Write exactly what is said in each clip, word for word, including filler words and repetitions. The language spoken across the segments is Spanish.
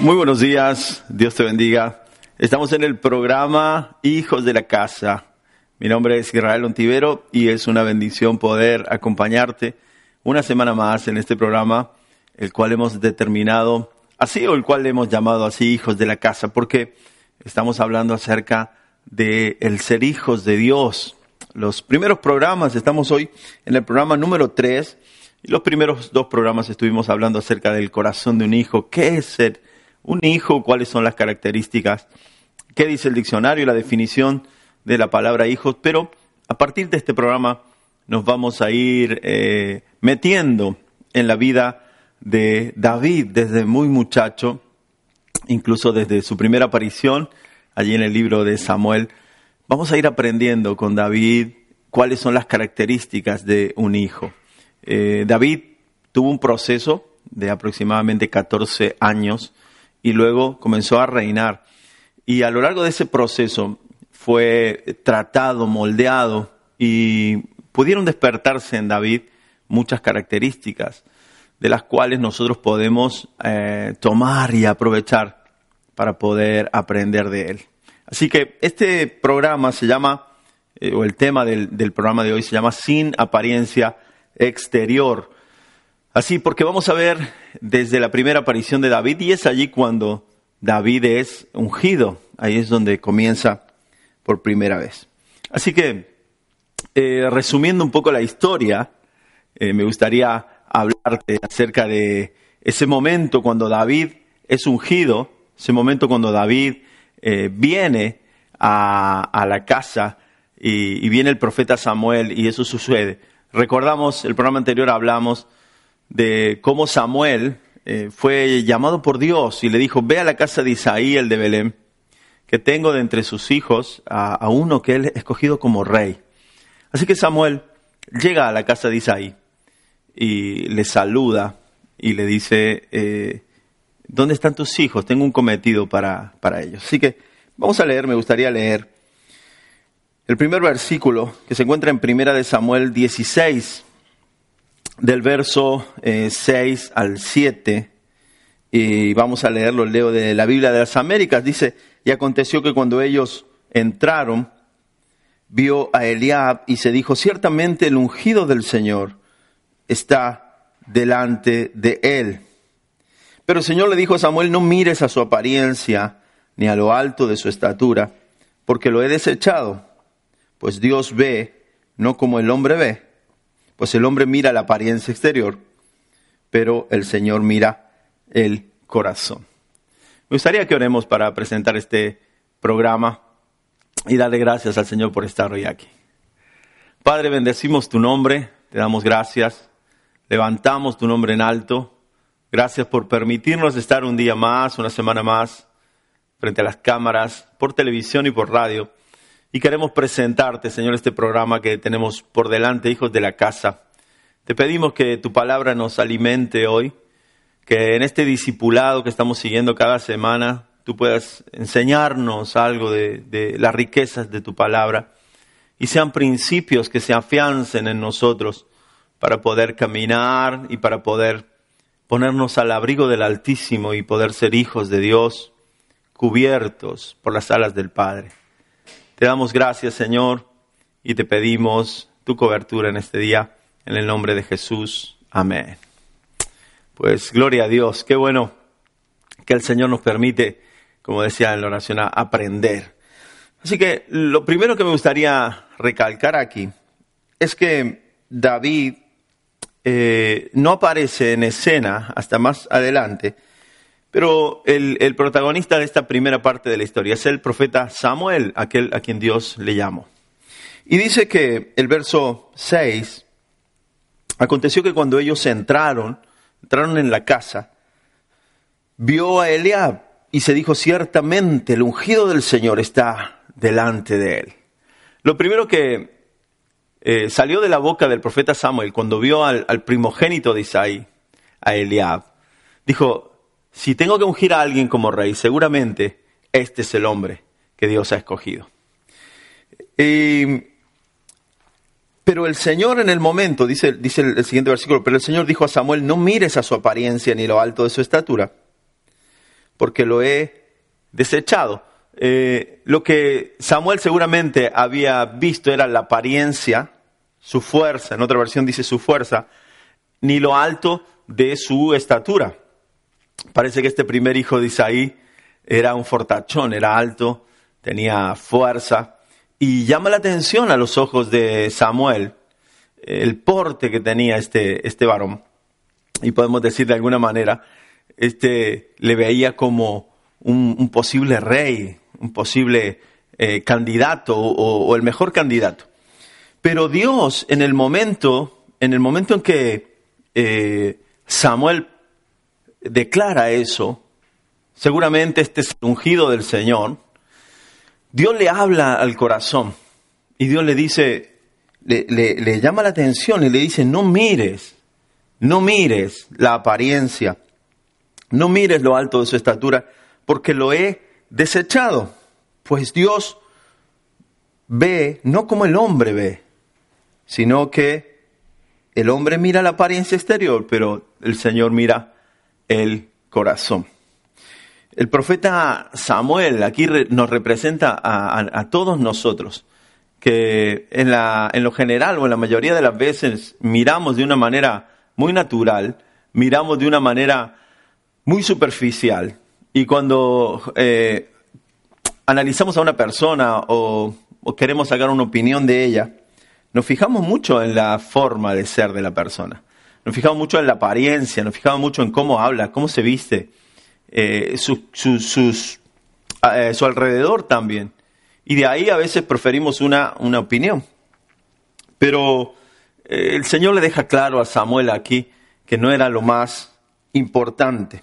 Muy buenos días, Dios te bendiga. Estamos en el programa Hijos de la Casa. Mi nombre es Israel Ontivero y es una bendición poder acompañarte una semana más en este programa, el cual hemos determinado así o el cual hemos llamado así Hijos de la Casa, porque estamos hablando acerca de el ser hijos de Dios. Los primeros programas, estamos hoy en el programa número tres, y los primeros dos programas estuvimos hablando acerca del corazón de un hijo. ¿Qué es ser un hijo? ¿Cuáles son las características? ¿Qué dice el diccionario y la definición de la palabra hijos? Pero a partir de este programa nos vamos a ir eh, metiendo en la vida de David desde muy muchacho, incluso desde su primera aparición allí en el libro de Samuel. Vamos a ir aprendiendo con David cuáles son las características de un hijo. Eh, David tuvo un proceso de aproximadamente catorce años y luego comenzó a reinar. Y a lo largo de ese proceso fue tratado, moldeado, y pudieron despertarse en David muchas características de las cuales nosotros podemos eh, tomar y aprovechar para poder aprender de él. Así que este programa se llama, eh, o el tema del, del programa de hoy se llama Sin Apariencia Exterior. Así, porque vamos a ver desde la primera aparición de David, y es allí cuando David es ungido. Ahí es donde comienza por primera vez. Así que, eh, resumiendo un poco la historia, eh, me gustaría hablarte acerca de ese momento cuando David es ungido, ese momento cuando David eh, viene a, a la casa y, y viene el profeta Samuel, y eso sucede. Recordamos, el programa anterior hablamos de cómo Samuel eh, fue llamado por Dios y le dijo: ve a la casa de Isaí, el de Belén, que tengo de entre sus hijos a, a uno que él ha escogido como rey. Así que Samuel llega a la casa de Isaí y le saluda y le dice: eh, ¿dónde están tus hijos? Tengo un cometido para, para ellos. Así que vamos a leer, me gustaría leer el primer versículo que se encuentra en Primera de Samuel dieciséis, del verso eh, seis al siete, y vamos a leerlo, leo de la Biblia de las Américas. Dice: y aconteció que cuando ellos entraron, vio a Eliab y se dijo: ciertamente el ungido del Señor está delante de él. Pero el Señor le dijo a Samuel: no mires a su apariencia ni a lo alto de su estatura, porque lo he desechado. Pues Dios ve, no como el hombre ve, pues el hombre mira la apariencia exterior, pero el Señor mira el corazón. Me gustaría que oremos para presentar este programa y darle gracias al Señor por estar hoy aquí. Padre, bendecimos tu nombre, te damos gracias, levantamos tu nombre en alto. Gracias por permitirnos estar un día más, una semana más, frente a las cámaras, por televisión y por radio. Y queremos presentarte, Señor, este programa que tenemos por delante, Hijos de la Casa. Te pedimos que tu palabra nos alimente hoy, que en este discipulado que estamos siguiendo cada semana, tú puedas enseñarnos algo de, de las riquezas de tu palabra, y sean principios que se afiancen en nosotros para poder caminar y para poder ponernos al abrigo del Altísimo y poder ser hijos de Dios, cubiertos por las alas del Padre. Te damos gracias, Señor, y te pedimos tu cobertura en este día, en el nombre de Jesús. Amén. Pues gloria a Dios, qué bueno que el Señor nos permite, como decía en la oración, a aprender. Así que lo primero que me gustaría recalcar aquí es que David eh, no aparece en escena hasta más adelante, pero el, el protagonista de esta primera parte de la historia es el profeta Samuel, aquel a quien Dios le llamó. Y dice que el verso seis, aconteció que cuando ellos entraron, entraron en la casa, vio a Eliab y se dijo: ciertamente el ungido del Señor está delante de él. Lo primero que eh, salió de la boca del profeta Samuel cuando vio al, al primogénito de Isaí, a Eliab, dijo: si tengo que ungir a alguien como rey, seguramente este es el hombre que Dios ha escogido. Y, pero el Señor en el momento, dice, dice el, el siguiente versículo, pero el Señor dijo a Samuel: no mires a su apariencia ni lo alto de su estatura, porque lo he desechado. Eh, lo que Samuel seguramente había visto era la apariencia, su fuerza, en otra versión dice su fuerza, ni lo alto de su estatura. Parece que este primer hijo de Isaí era un fortachón, era alto, tenía fuerza, y llama la atención a los ojos de Samuel el porte que tenía este, este varón. Y podemos decir de alguna manera, este le veía como un, un posible rey, un posible eh, candidato o, o el mejor candidato. Pero Dios, en el momento, en el momento en que eh, Samuel declara eso, seguramente este es el ungido del Señor, Dios le habla al corazón y Dios le dice, le, le, le llama la atención y le dice, no mires, no mires la apariencia, no mires lo alto de su estatura, porque lo he desechado. Pues Dios ve no como el hombre ve, sino que el hombre mira la apariencia exterior, pero el Señor mira el corazón. El profeta Samuel aquí re, nos representa a, a, a todos nosotros, que en, la, en lo general o en la mayoría de las veces miramos de una manera muy natural, miramos de una manera muy superficial. Y cuando eh, analizamos a una persona o, o queremos sacar una opinión de ella, nos fijamos mucho en la forma de ser de la persona. Nos fijamos mucho en la apariencia, nos fijamos mucho en cómo habla, cómo se viste, eh, su, su, sus, eh, su alrededor también. Y de ahí a veces preferimos una, una opinión. Pero eh, el Señor le deja claro a Samuel aquí que no era lo más importante.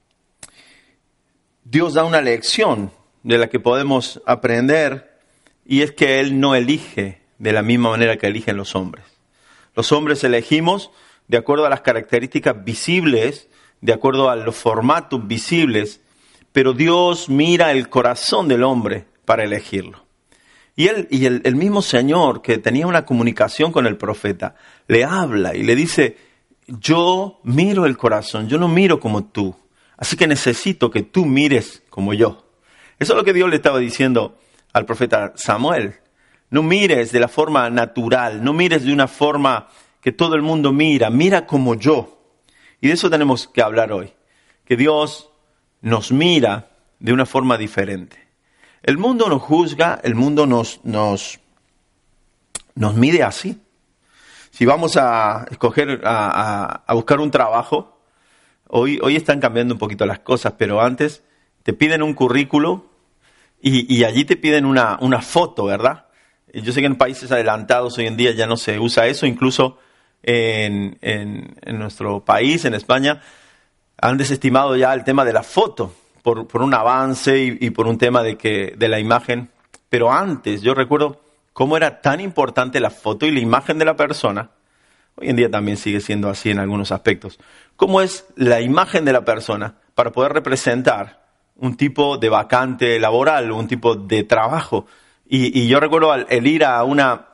Dios da una lección de la que podemos aprender, y es que Él no elige de la misma manera que eligen los hombres. Los hombres elegimos de acuerdo a las características visibles, de acuerdo a los formatos visibles, pero Dios mira el corazón del hombre para elegirlo. Y, él, y el, el mismo Señor, que tenía una comunicación con el profeta, le habla y le dice, yo miro el corazón, yo no miro como tú, así que necesito que tú mires como yo. Eso es lo que Dios le estaba diciendo al profeta Samuel. No mires de la forma natural, no mires de una forma que todo el mundo mira, mira como yo. Y de eso tenemos que hablar hoy, que Dios nos mira de una forma diferente. El mundo nos juzga, el mundo nos, nos, nos mide así. Si vamos a escoger, a, a, a buscar un trabajo, hoy, hoy están cambiando un poquito las cosas, pero antes te piden un currículo y, y allí te piden una, una foto, ¿verdad? Yo sé que en países adelantados hoy en día ya no se usa eso, incluso en, en, en nuestro país, en España, han desestimado ya el tema de la foto por, por un avance y, y por un tema de, que, de la imagen. Pero antes yo recuerdo cómo era tan importante la foto y la imagen de la persona. Hoy en día también sigue siendo así en algunos aspectos. Cómo es la imagen de la persona para poder representar un tipo de vacante laboral, un tipo de trabajo. Y, y yo recuerdo el, el ir a una,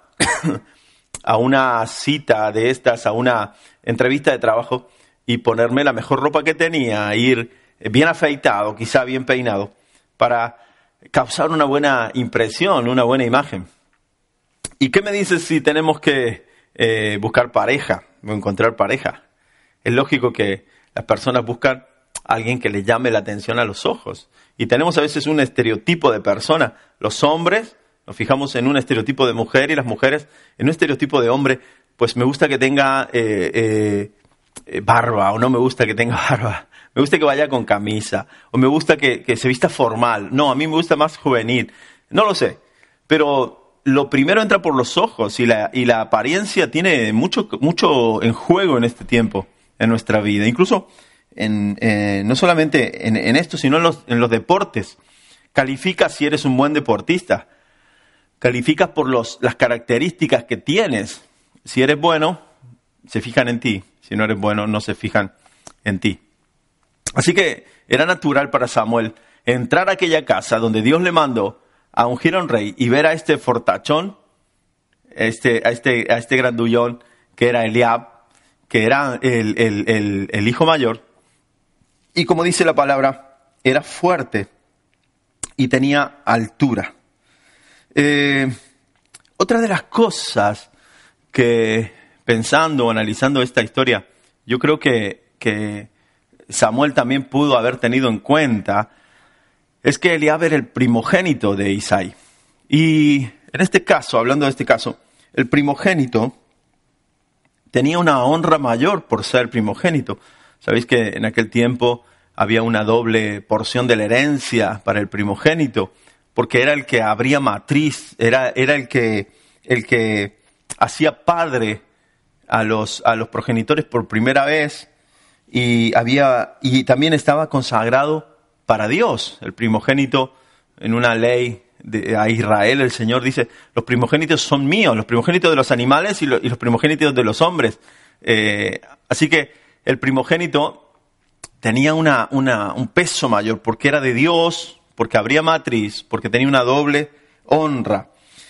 a una cita de estas, a una entrevista de trabajo y ponerme la mejor ropa que tenía, ir bien afeitado, quizá bien peinado, para causar una buena impresión, una buena imagen. ¿Y qué me dices si tenemos que eh, buscar pareja o encontrar pareja? Es lógico que las personas buscan a alguien que les llame la atención a los ojos. Y tenemos a veces un estereotipo de persona. Los hombres nos fijamos en un estereotipo de mujer y las mujeres en un estereotipo de hombre. Pues me gusta que tenga eh, eh, barba o no me gusta que tenga barba. Me gusta que vaya con camisa o me gusta que, que se vista formal. No, a mí me gusta más juvenil. No lo sé. Pero lo primero entra por los ojos y la, y la apariencia tiene mucho, mucho en juego en este tiempo, en nuestra vida. Incluso en, eh, no solamente en, en esto, sino en los, en los deportes. Calificas si eres un buen deportista. Calificas por los, las características que tienes. Si eres bueno, se fijan en ti. Si no eres bueno, no se fijan en ti. Así que era natural para Samuel entrar a aquella casa donde Dios le mandó a ungir a un rey y ver a este fortachón, este, a, este, a este grandullón que era Eliab, que era el, el, el, el hijo mayor. Y como dice la palabra, era fuerte y tenía altura. Eh, otra de las cosas que, pensando o analizando esta historia, yo creo que, que Samuel también pudo haber tenido en cuenta, es que Eliab era el primogénito de Isaí. Y en este caso, hablando de este caso, el primogénito tenía una honra mayor por ser primogénito. Sabéis que en aquel tiempo había una doble porción de la herencia para el primogénito, porque era el que abría matriz, era, era el que, el que hacía padre a los, a los progenitores por primera vez, y, había, y también estaba consagrado para Dios. El primogénito, en una ley de, a Israel, el Señor dice, los primogénitos son míos, los primogénitos de los animales y, lo, y los primogénitos de los hombres. Eh, así que el primogénito tenía una, una, un peso mayor, porque era de Dios, porque abría matriz, porque tenía una doble honra.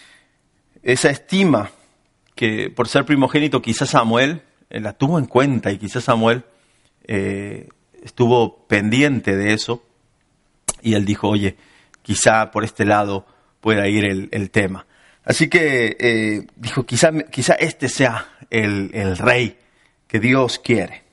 Esa estima que por ser primogénito quizás Samuel eh, la tuvo en cuenta, y quizás Samuel eh, estuvo pendiente de eso, y él dijo, oye, quizá por este lado pueda ir el, el tema. Así que eh, dijo, quizá, quizá este sea el, el rey que Dios quiere.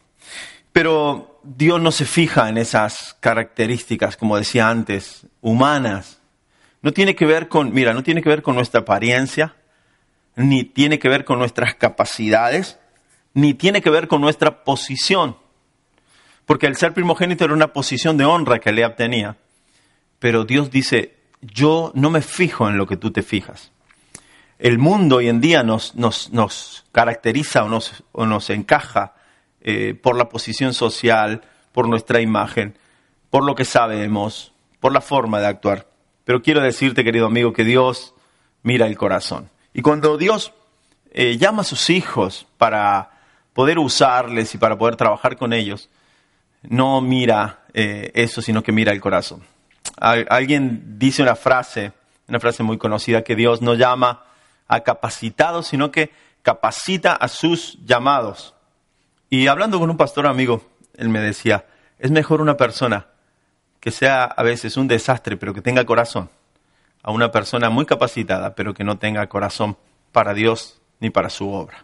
Pero Dios no se fija en esas características, como decía antes, humanas. No tiene que ver con, mira, no tiene que ver con nuestra apariencia, ni tiene que ver con nuestras capacidades, ni tiene que ver con nuestra posición. Porque el ser primogénito era una posición de honra que Eliab tenía. Pero Dios dice, yo no me fijo en lo que tú te fijas. El mundo hoy en día nos, nos, nos caracteriza o nos, o nos encaja eh, por la posición social, por nuestra imagen, por lo que sabemos, por la forma de actuar. Pero quiero decirte, querido amigo, que Dios mira el corazón. Y cuando Dios eh, llama a sus hijos para poder usarles y para poder trabajar con ellos, no mira eh, eso, sino que mira el corazón. Alguien dice una frase, una frase muy conocida, que Dios no llama a capacitados, sino que capacita a sus llamados. Y hablando con un pastor amigo, él me decía, es mejor una persona que sea a veces un desastre, pero que tenga corazón, a una persona muy capacitada, pero que no tenga corazón para Dios ni para su obra.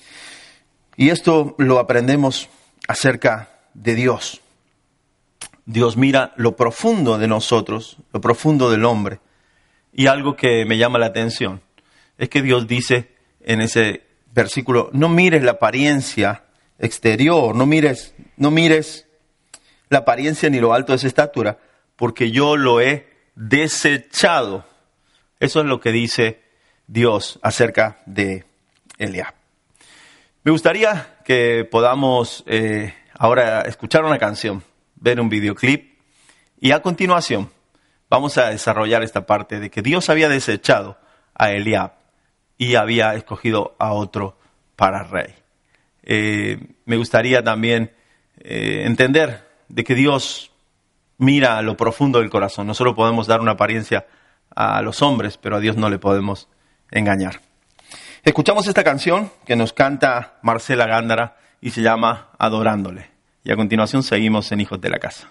Y esto lo aprendemos acerca de Dios. Dios mira lo profundo de nosotros, lo profundo del hombre. Y algo que me llama la atención es que Dios dice en ese versículo, no mires la apariencia exterior, no mires, no mires la apariencia ni lo alto de su estatura, porque yo lo he desechado. Eso es lo que dice Dios acerca de Eliab. Me gustaría que podamos eh, ahora escuchar una canción, ver un videoclip, y a continuación vamos a desarrollar esta parte de que Dios había desechado a Eliab y había escogido a otro para rey. Eh, me gustaría también eh, entender de que Dios mira a lo profundo del corazón. No solo podemos dar una apariencia a los hombres, pero a Dios no le podemos engañar. Escuchamos esta canción que nos canta Marcela Gándara y se llama Adorándole. Y a continuación seguimos en Hijos de la Casa.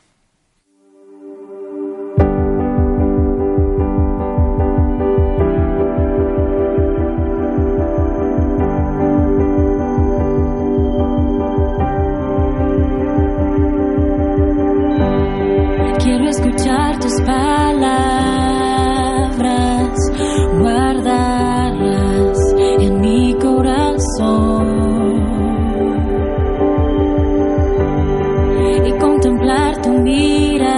Quiero escuchar tus palabras, guardarlas en mi corazón. Contemplar tu mirada,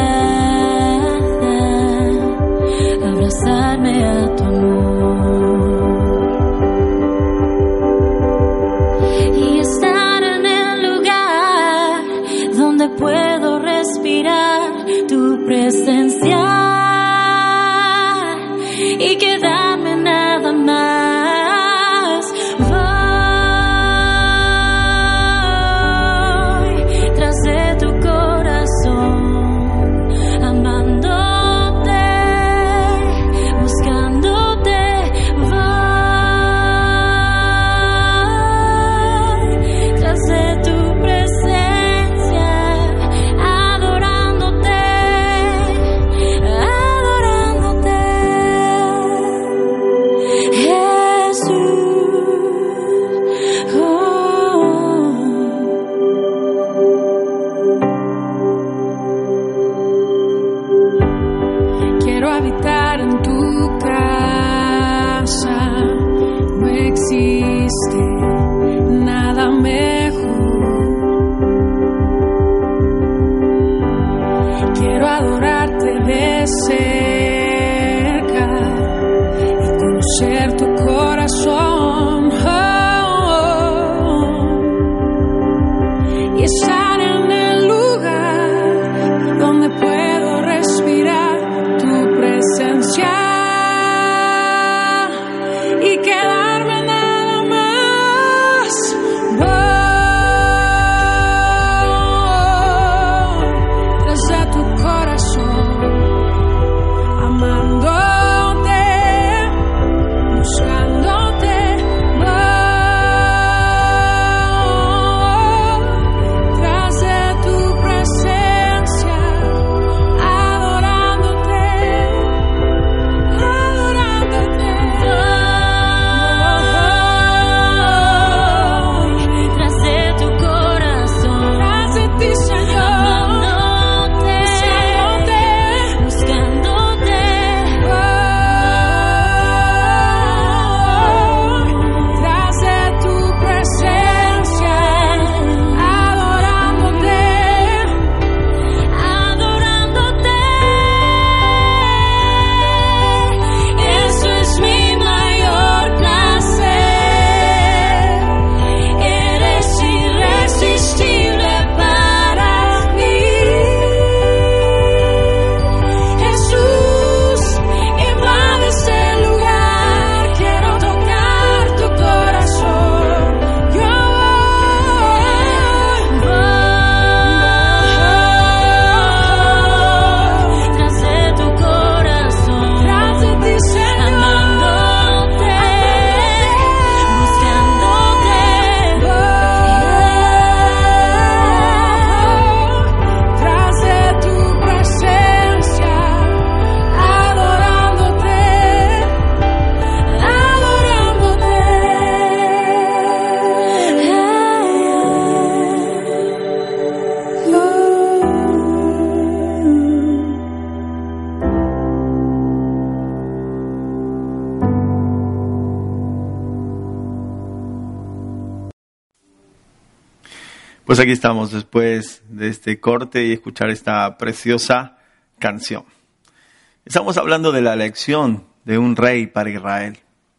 abrazarme a tu amor y estar en el lugar donde puedo respirar tu presencia y quedarme nada más. quiero adorarte de cerca y conocer tu corazón, oh, oh, y estar en el lugar donde puedo respirar tu presencia y quedarme nada más. Voy tras de tu corazón, amándote, buscándote. Voy tras de tu presencia, adorándote, adorándote. Voy tras de tu corazón, Tras de ti, Señor, amándote, buscándote. buscándote. Voy tras de tu presencia, adorándote, Adorándote, eso es mi mayor placer. Eres irresistible para mí. Jesús, invade este lugar, quiero tocar tu corazón. Yo voy tras de tu corazón, tras de ti, Señor, amándote, buscándote. tras de tu presencia, adorándote, adorándote. Pues aquí estamos después de este corte y escuchar esta preciosa canción. Estamos hablando de la elección de un rey para Israel.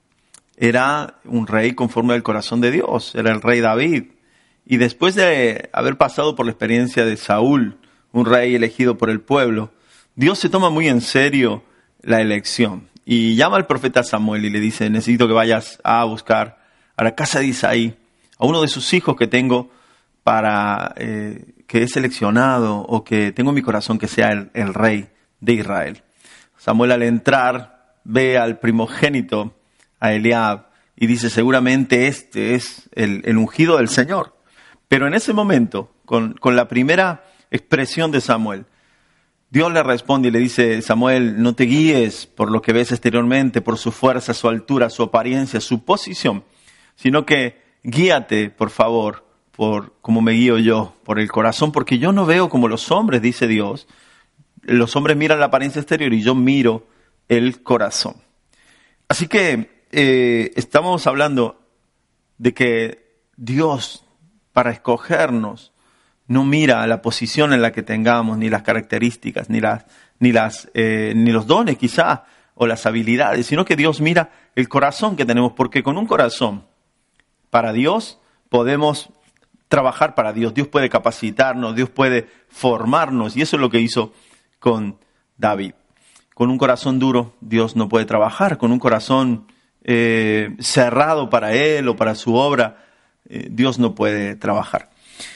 Era un rey conforme al corazón de Dios, era el rey David. Y después de haber pasado por la experiencia de Saúl, un rey elegido por el pueblo, Dios se toma muy en serio la elección. Y llama al profeta Samuel y le dice, necesito que vayas a buscar a la casa de Isaí, a uno de sus hijos que tengo para eh, que he seleccionado o que tengo en mi corazón que sea el, el rey de Israel. Samuel al entrar ve al primogénito, a Eliab, y dice seguramente este es el, el ungido del Señor. Pero en ese momento, con, con la primera expresión de Samuel, Dios le responde y le dice, Samuel, no te guíes por lo que ves exteriormente, por su fuerza, su altura, su apariencia, su posición, sino que guíate, por favor, por como me guío yo, por el corazón, porque yo no veo como los hombres, dice Dios. Los hombres miran la apariencia exterior y yo miro el corazón. Así que eh, estamos hablando de que Dios, para escogernos, no mira la posición en la que tengamos, ni las características, ni las, ni las, eh, ni los dones quizá, o las habilidades, sino que Dios mira el corazón que tenemos, porque con un corazón para Dios podemos trabajar para Dios. Dios puede capacitarnos, Dios puede formarnos, y eso es lo que hizo con David. Con un corazón duro, Dios no puede trabajar. Con un corazón eh, cerrado para Él o para su obra, eh, Dios no puede trabajar.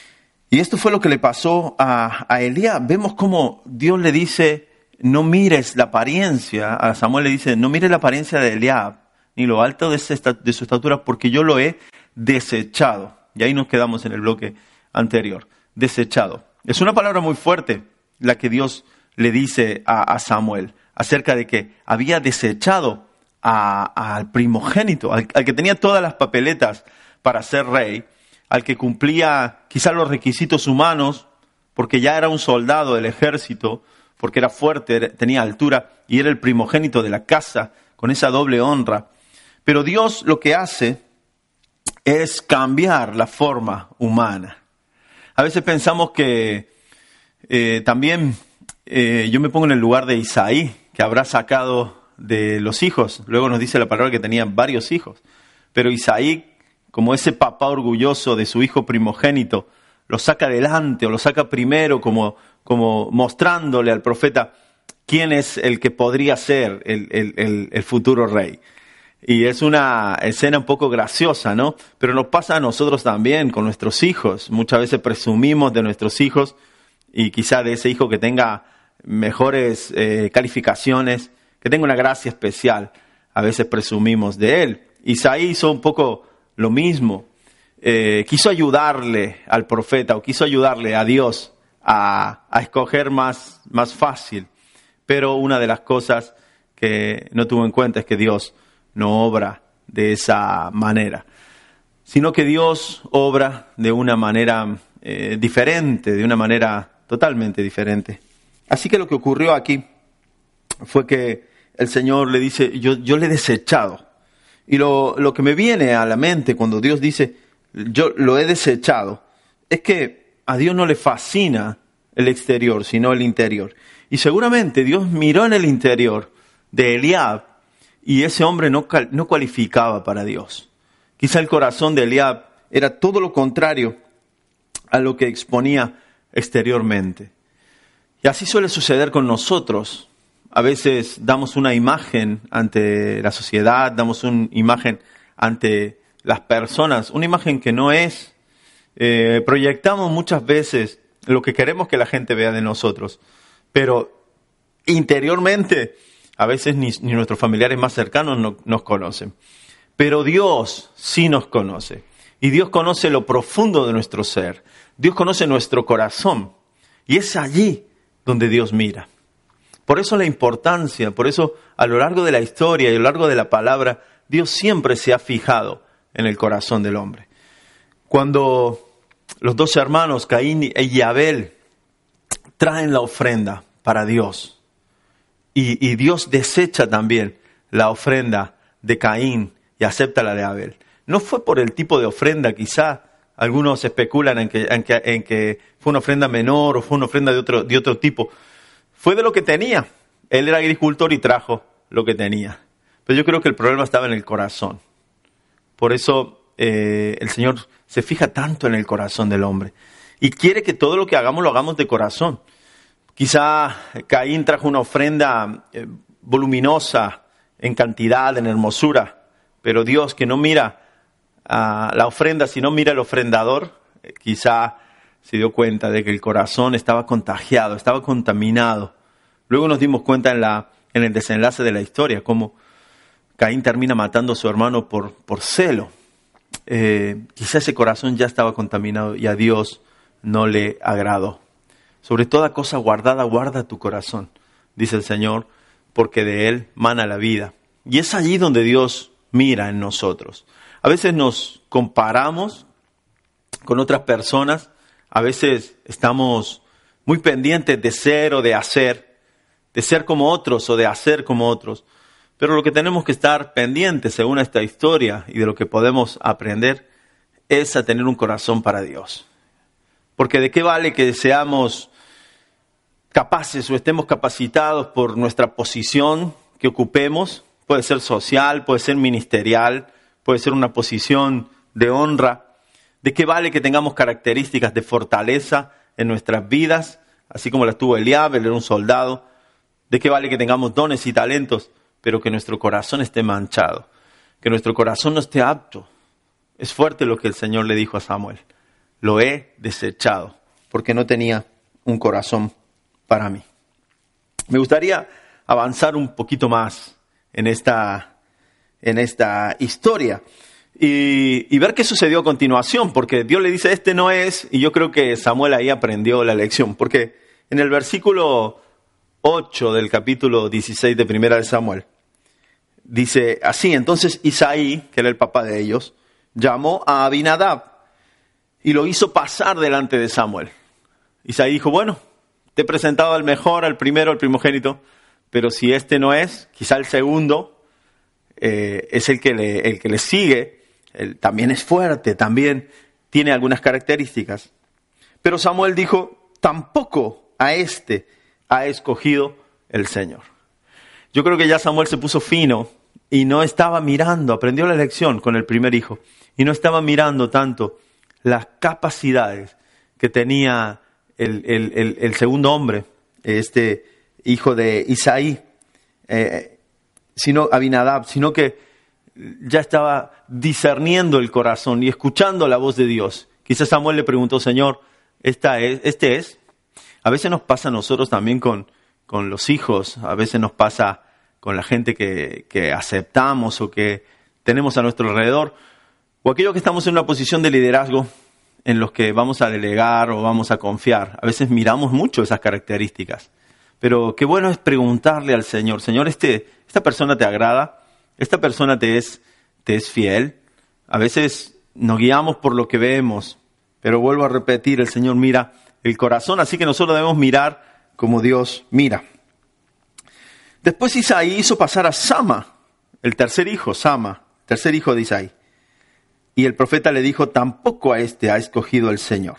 Y esto fue lo que le pasó a, a Elías. Vemos cómo Dios le dice, no mires la apariencia. A Samuel le dice, no mires la apariencia de Eliab, ni lo alto de, ese, de su estatura, porque yo lo he desechado. Y ahí nos quedamos en el bloque anterior. Desechado. Es una palabra muy fuerte la que Dios le dice a, a Samuel, acerca de que había desechado a, al primogénito, al, al que tenía todas las papeletas para ser rey, al que cumplía quizás los requisitos humanos, porque ya era un soldado del ejército, porque era fuerte, tenía altura y era el primogénito de la casa, con esa doble honra. Pero Dios lo que hace es cambiar la forma humana. A veces pensamos que eh, también eh, yo me pongo en el lugar de Isaí, que habrá sacado de los hijos. Luego nos dice la palabra que tenía varios hijos. Pero Isaí, como ese papá orgulloso de su hijo primogénito, lo saca adelante o lo saca primero como, como mostrándole al profeta quién es el que podría ser el, el, el, el futuro rey. Y es una escena un poco graciosa, ¿no? Pero nos pasa a nosotros también con nuestros hijos. Muchas veces presumimos de nuestros hijos y quizá de ese hijo que tenga mejores eh, calificaciones, que tenga una gracia especial. A veces presumimos de él. Isaí hizo un poco lo mismo. Eh, quiso ayudarle al profeta o quiso ayudarle a Dios a, a escoger más, más fácil. Pero una de las cosas que no tuvo en cuenta es que Dios no obra de esa manera, sino que Dios obra de una manera eh, diferente, de una manera totalmente diferente. Así que lo que ocurrió aquí fue que el Señor le dice, yo, yo le he desechado. Y lo, lo que me viene a la mente cuando Dios dice, yo lo he desechado, es que a Dios no le fascina el exterior, sino el interior. Y seguramente Dios miró en el interior de Eliab, y ese hombre no, no cualificaba para Dios. Quizá el corazón de Eliab era todo lo contrario a lo que exponía exteriormente. Y así suele suceder con nosotros. A veces damos una imagen ante la sociedad, damos una imagen ante las personas, una imagen que no es. Eh, proyectamos muchas veces lo que queremos que la gente vea de nosotros, pero interiormente a veces ni, ni nuestros familiares más cercanos no, nos conocen. Pero Dios sí nos conoce. Y Dios conoce lo profundo de nuestro ser. Dios conoce nuestro corazón. Y es allí donde Dios mira. Por eso la importancia, por eso a lo largo de la historia y a lo largo de la palabra, Dios siempre se ha fijado en el corazón del hombre. Cuando los dos hermanos, Caín y Abel, traen la ofrenda para Dios, Y, y Dios desecha también la ofrenda de Caín y acepta la de Abel. No fue por el tipo de ofrenda, quizá algunos especulan en que, en que, en que fue una ofrenda menor o fue una ofrenda de otro, de otro tipo. Fue de lo que tenía. Él era agricultor y trajo lo que tenía. Pero yo creo que el problema estaba en el corazón. Por eso eh, el Señor se fija tanto en el corazón del hombre. Y quiere que todo lo que hagamos lo hagamos de corazón. Quizá Caín trajo una ofrenda eh, voluminosa en cantidad, en hermosura, pero Dios, que no mira uh, la ofrenda, sino mira el ofrendador, eh, quizá se dio cuenta de que el corazón estaba contagiado, estaba contaminado. Luego nos dimos cuenta en, la, en el desenlace de la historia, cómo Caín termina matando a su hermano por, por celo. Eh, quizá ese corazón ya estaba contaminado y a Dios no le agradó. Sobre toda cosa guardada, guarda tu corazón, dice el Señor, porque de él mana la vida. Y es allí donde Dios mira en nosotros. A veces nos comparamos con otras personas, a veces estamos muy pendientes de ser o de hacer, de ser como otros o de hacer como otros. Pero lo que tenemos que estar pendientes, según esta historia y de lo que podemos aprender, es a tener un corazón para Dios. Porque ¿de qué vale que seamos capaces o estemos capacitados por nuestra posición que ocupemos? Puede ser social, puede ser ministerial, puede ser una posición de honra. ¿De qué vale que tengamos características de fortaleza en nuestras vidas, así como las tuvo Eliab, él era un soldado? ¿De qué vale que tengamos dones y talentos, pero que nuestro corazón esté manchado, que nuestro corazón no esté apto? Es fuerte lo que el Señor le dijo a Samuel. Lo he desechado, porque no tenía un corazón para mí. Me gustaría avanzar un poquito más en esta, en esta historia y, y ver qué sucedió a continuación, porque Dios le dice, este no es, y yo creo que Samuel ahí aprendió la lección, porque en el versículo ocho del capítulo dieciséis de Primera de Samuel, dice así: entonces Isaí, que era el papá de ellos, llamó a Abinadab y lo hizo pasar delante de Samuel. Isaí dijo, bueno, te he presentado al mejor, al primero, al primogénito, pero si este no es, quizá el segundo eh, es el que le, el que le sigue, él también es fuerte, también tiene algunas características. Pero Samuel dijo, tampoco a este ha escogido el Señor. Yo creo que ya Samuel se puso fino y no estaba mirando, aprendió la lección con el primer hijo, y no estaba mirando tanto las capacidades que tenía el, el, el, el segundo hombre, este hijo de Isaí, eh, sino Abinadab, sino que ya estaba discerniendo el corazón y escuchando la voz de Dios. Quizás Samuel le preguntó, Señor, ¿esta es, ¿este es? A veces nos pasa a nosotros también con, con los hijos, a veces nos pasa con la gente que, que aceptamos o que tenemos a nuestro alrededor, o aquellos que estamos en una posición de liderazgo en los que vamos a delegar o vamos a confiar. A veces miramos mucho esas características, pero qué bueno es preguntarle al Señor, Señor, este, ¿esta persona te agrada? ¿Esta persona te es, te es fiel? A veces nos guiamos por lo que vemos, pero vuelvo a repetir, el Señor mira el corazón, así que nosotros debemos mirar como Dios mira. Después Isaí hizo pasar a Sama, el tercer hijo, Sama, tercer hijo de Isaí. Y el profeta le dijo, tampoco a este ha escogido el Señor.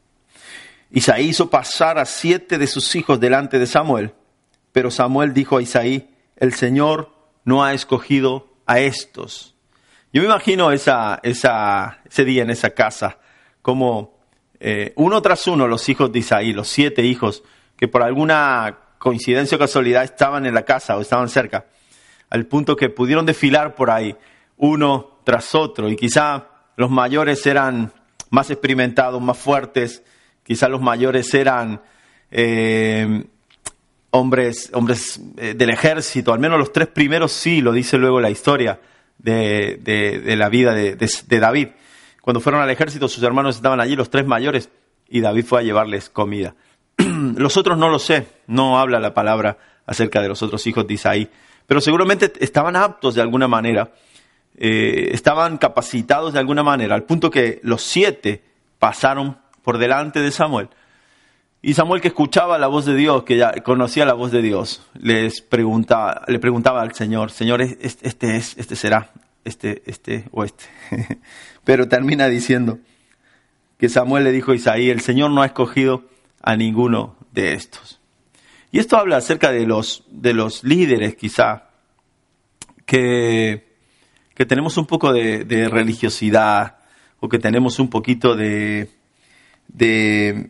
Isaí hizo pasar a siete de sus hijos delante de Samuel, pero Samuel dijo a Isaí, el Señor no ha escogido a estos. Yo me imagino esa, esa, ese día en esa casa, como eh, uno tras uno los hijos de Isaí, los siete hijos, que por alguna coincidencia o casualidad estaban en la casa o estaban cerca, al punto que pudieron desfilar por ahí, uno tras otro, y quizá los mayores eran más experimentados, más fuertes, quizá los mayores eran eh, hombres, hombres eh, del ejército, al menos los tres primeros sí, lo dice luego la historia de, de, de la vida de, de, de David. Cuando fueron al ejército, sus hermanos estaban allí, los tres mayores, y David fue a llevarles comida. Los otros no lo sé, no habla la palabra acerca de los otros hijos de Isaí, pero seguramente estaban aptos de alguna manera, eh, estaban capacitados de alguna manera, al punto que los siete pasaron por delante de Samuel. Y Samuel, que escuchaba la voz de Dios, que ya conocía la voz de Dios, les preguntaba, le preguntaba al Señor, Señor, este, este es, este será, este, este o este. Pero termina diciendo que Samuel le dijo a Isaí, el Señor no ha escogido a ninguno de estos. Y esto habla acerca de los, de los líderes, quizá, que, que tenemos un poco de, de religiosidad, o que tenemos un poquito de, de,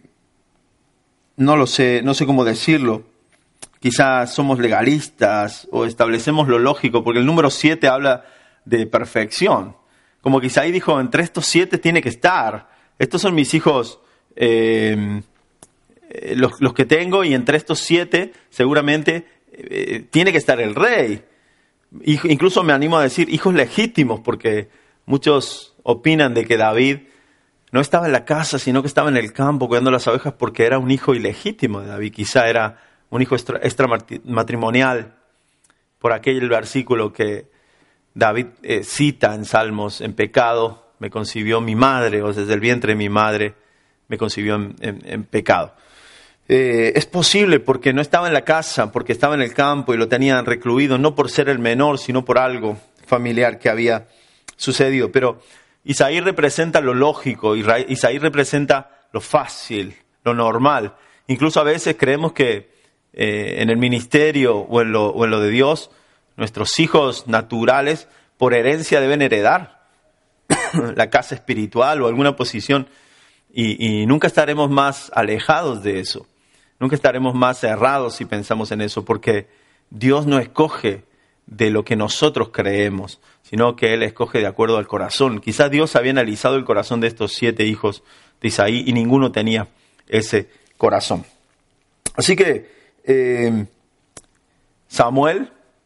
no lo sé, no sé cómo decirlo, quizás somos legalistas, o establecemos lo lógico, porque el número siete habla de perfección. Como que Isaí dijo, entre estos siete tiene que estar, estos son mis hijos, eh, Los, los que tengo, y entre estos siete seguramente eh, tiene que estar el rey. Hijo, incluso me animo a decir hijos legítimos, porque muchos opinan de que David no estaba en la casa, sino que estaba en el campo cuidando las ovejas porque era un hijo ilegítimo de David. Quizá era un hijo extra, extramatrimonial, por aquel versículo que David eh, cita en Salmos, en pecado me concibió mi madre, o desde el vientre de mi madre me concibió en, en, en pecado. Eh, es posible porque no estaba en la casa, porque estaba en el campo y lo tenían recluido, no por ser el menor, sino por algo familiar que había sucedido. Pero Isaí representa lo lógico, Isaí representa lo fácil, lo normal. Incluso a veces creemos que eh, en el ministerio o en, lo, o en lo de Dios, nuestros hijos naturales por herencia deben heredar la casa espiritual o alguna posición, y, y nunca estaremos más alejados de eso. Nunca estaremos más cerrados si pensamos en eso, porque Dios no escoge de lo que nosotros creemos, sino que Él escoge de acuerdo al corazón. Quizás Dios había analizado el corazón de estos siete hijos de Isaí y ninguno tenía ese corazón. Así que eh, Samuel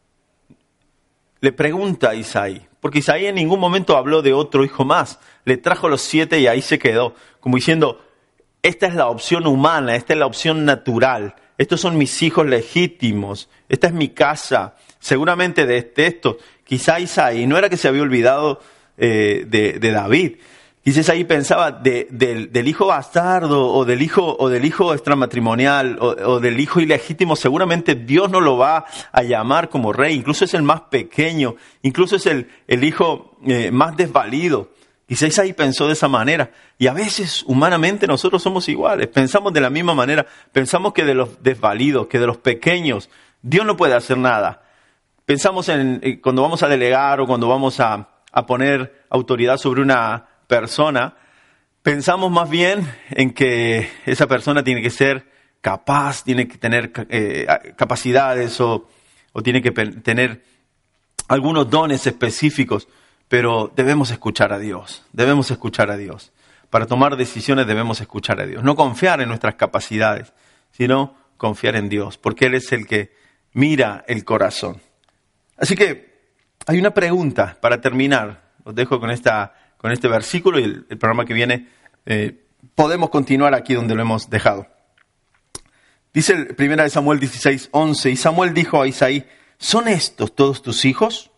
le pregunta a Isaí, porque Isaí en ningún momento habló de otro hijo más. Le trajo los siete y ahí se quedó, como diciendo, esta es la opción humana, esta es la opción natural. Estos son mis hijos legítimos, esta es mi casa. Seguramente de esto, quizá Isaí no era que se había olvidado eh, de, de David. Quizás ahí pensaba de, de, del hijo bastardo o del hijo, o del hijo extramatrimonial o, o del hijo ilegítimo. Seguramente Dios no lo va a llamar como rey. Incluso es el más pequeño, incluso es el, el hijo eh, más desvalido. Quizá Isaí pensó de esa manera. Y a veces, humanamente, nosotros somos iguales. Pensamos de la misma manera. Pensamos que de los desvalidos, que de los pequeños, Dios no puede hacer nada. Pensamos en eh, cuando vamos a delegar o cuando vamos a, a poner autoridad sobre una persona, pensamos más bien en que esa persona tiene que ser capaz, tiene que tener eh, capacidades o, o tiene que pe- tener algunos dones específicos, pero debemos escuchar a Dios, debemos escuchar a Dios. Para tomar decisiones debemos escuchar a Dios. No confiar en nuestras capacidades, sino confiar en Dios, porque Él es el que mira el corazón. Así que hay una pregunta para terminar. Os dejo con, esta, con este versículo y el, el programa que viene eh, podemos continuar aquí donde lo hemos dejado. Dice el primera de Samuel dieciséis, once, y Samuel dijo a Isaí, ¿son estos todos tus hijos?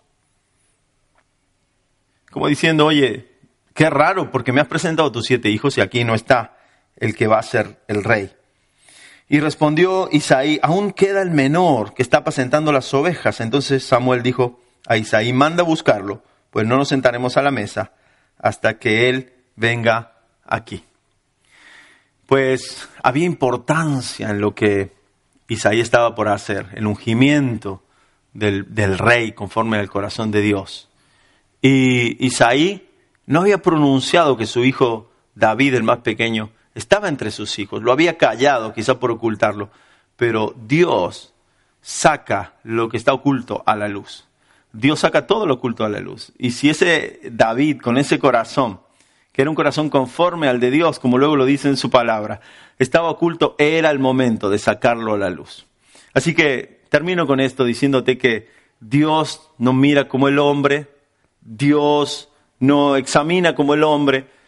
Como diciendo, oye, qué raro, porque me has presentado tus siete hijos y aquí no está el que va a ser el rey. Y respondió Isaí, aún queda el menor que está apacentando las ovejas. Entonces Samuel dijo a Isaí, manda a buscarlo, pues no nos sentaremos a la mesa hasta que él venga aquí. Pues había importancia en lo que Isaí estaba por hacer, el ungimiento del, del rey conforme al corazón de Dios. Y Isaí no había pronunciado que su hijo David, el más pequeño, estaba entre sus hijos. Lo había callado, quizá por ocultarlo. Pero Dios saca lo que está oculto a la luz. Dios saca todo lo oculto a la luz. Y si ese David, con ese corazón, que era un corazón conforme al de Dios, como luego lo dice en su palabra, estaba oculto, era el momento de sacarlo a la luz. Así que termino con esto diciéndote que Dios no mira como el hombre, Dios no examina como el hombre.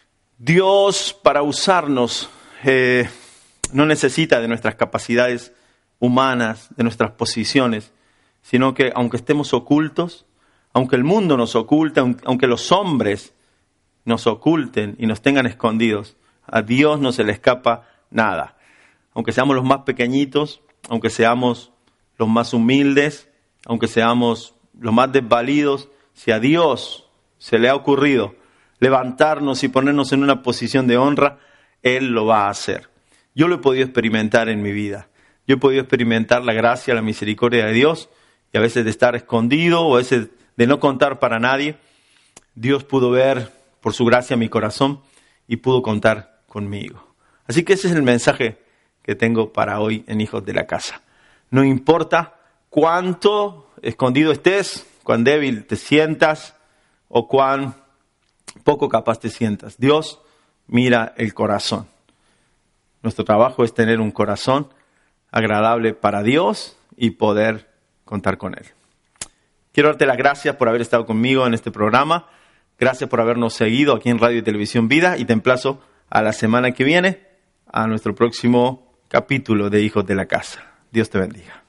Dios, para usarnos, eh, no necesita de nuestras capacidades humanas, de nuestras posiciones, sino que aunque estemos ocultos, aunque el mundo nos oculte, aunque los hombres nos oculten y nos tengan escondidos, a Dios no se le escapa nada. Aunque seamos los más pequeñitos, aunque seamos los más humildes, aunque seamos los más desvalidos, si a Dios se le ha ocurrido levantarnos y ponernos en una posición de honra, Él lo va a hacer. Yo lo he podido experimentar en mi vida. Yo he podido experimentar la gracia, la misericordia de Dios, y a veces de estar escondido o a veces de no contar para nadie. Dios pudo ver por su gracia mi corazón y pudo contar conmigo. Así que ese es el mensaje que tengo para hoy en Hijos de la Casa. No importa cuánto escondido estés, cuán débil te sientas o cuán poco capaz te sientas. Dios mira el corazón. Nuestro trabajo es tener un corazón agradable para Dios y poder contar con Él. Quiero darte las gracias por haber estado conmigo en este programa. Gracias por habernos seguido aquí en Radio y Televisión Vida y te emplazo a la semana que viene a nuestro próximo capítulo de Hijos de la Casa. Dios te bendiga.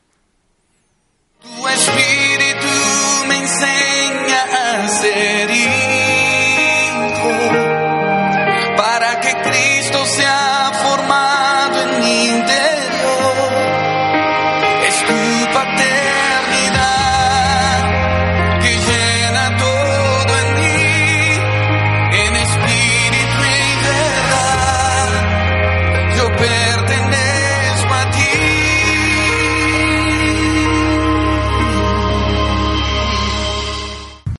Tu espíritu me enseña a ser hijo, para que Cristo sea